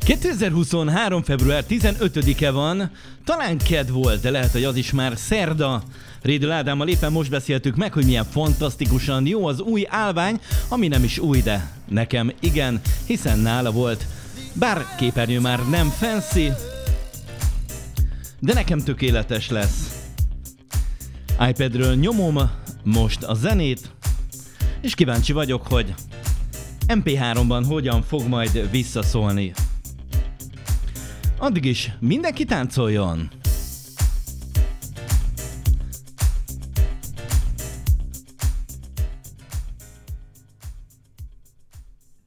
2023. február 15-e van, talán kedd volt, de lehet, hogy az is már szerda. Rédül Ádámmal éppen most beszéltük meg, hogy milyen fantasztikusan jó az új állvány, ami nem is új, de nekem igen, hiszen nála volt. Bár képernyő már nem fancy, de nekem tökéletes lesz. iPadről nyomom most a zenét, és kíváncsi vagyok, hogy MP3-ban hogyan fog majd visszaszólni. Addig is mindenki táncoljon!